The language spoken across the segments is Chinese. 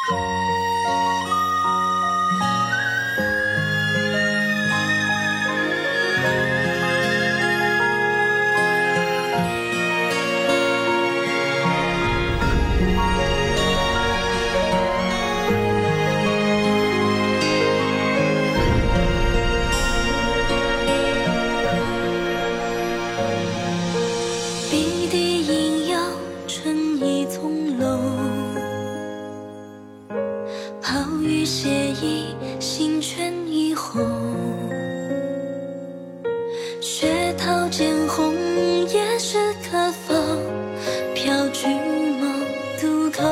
笔滴萦绕春意从容，抛雨写意，心圈一红。雪涛渐红，也是可否飘去梦渡口。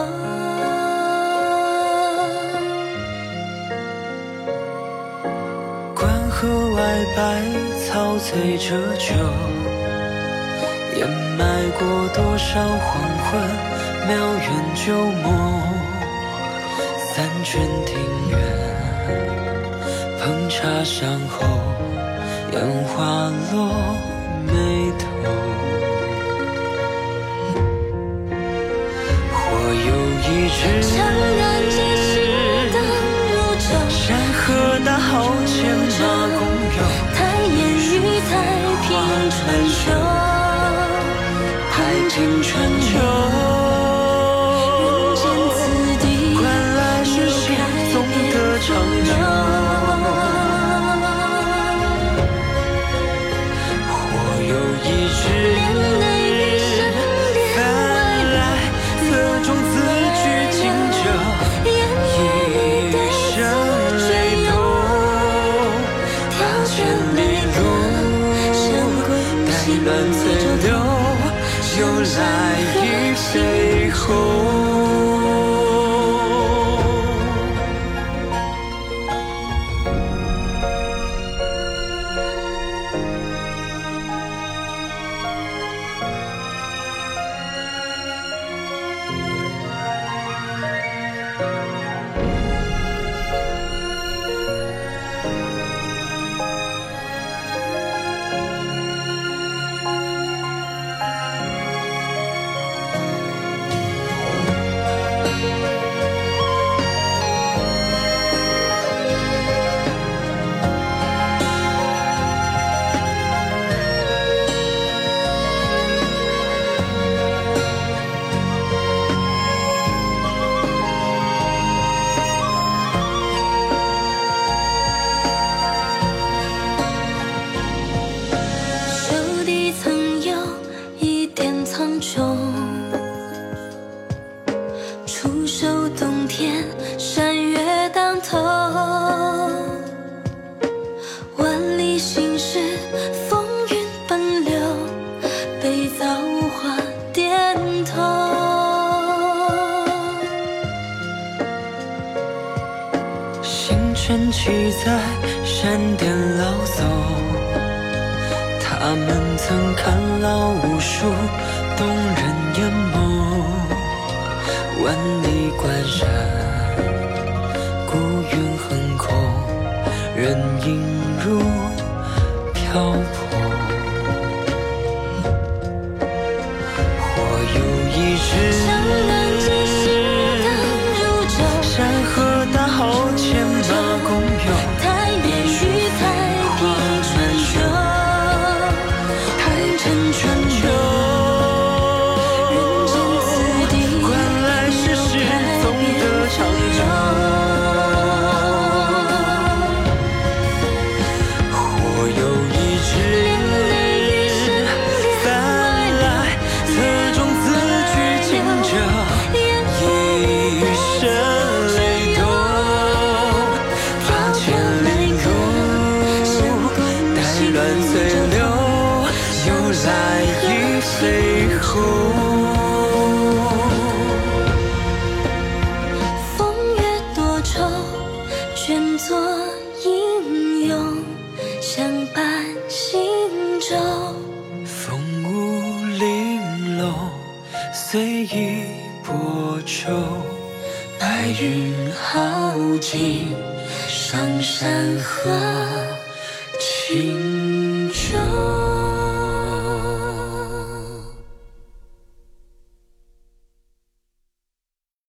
关河外百草催折旧，掩埋过多少黄昏，渺远旧梦。三圈庭院，烹茶上后，烟花落眉头。或有一日， 怅然即逝的如昼， 山河大好牵马共游， 太烟雨太平春秋， 太平春秋。 人间此地， 关来是心中的长久。或有一日，翻来侧中字句惊蛰，一生泪斗，踏千里路，待乱翠柳，又来一飞鸿。 手底曾有一点苍穹，触手冬天山岳当头，万里心事风云奔流，被造化点头。 星辰骑在山巅老走，他们曾看老无数动人眼眸。万里关山，孤云横空，人影如漂泊。或有一日， 怅然即逝的如昼， 山河大好牵马共游， 太烟雨太平春秋， 太平春秋。 人间此地， 关来是始终的长久。或有一日，翻来侧中字句惊蛰，一生泪斗，踏千里路，待乱翠柳，又来一飞鸿。 风月多愁，卷作英勇，相伴行舟。 风舞玲珑，随意波皱，白云浩尽，上山河轻舟。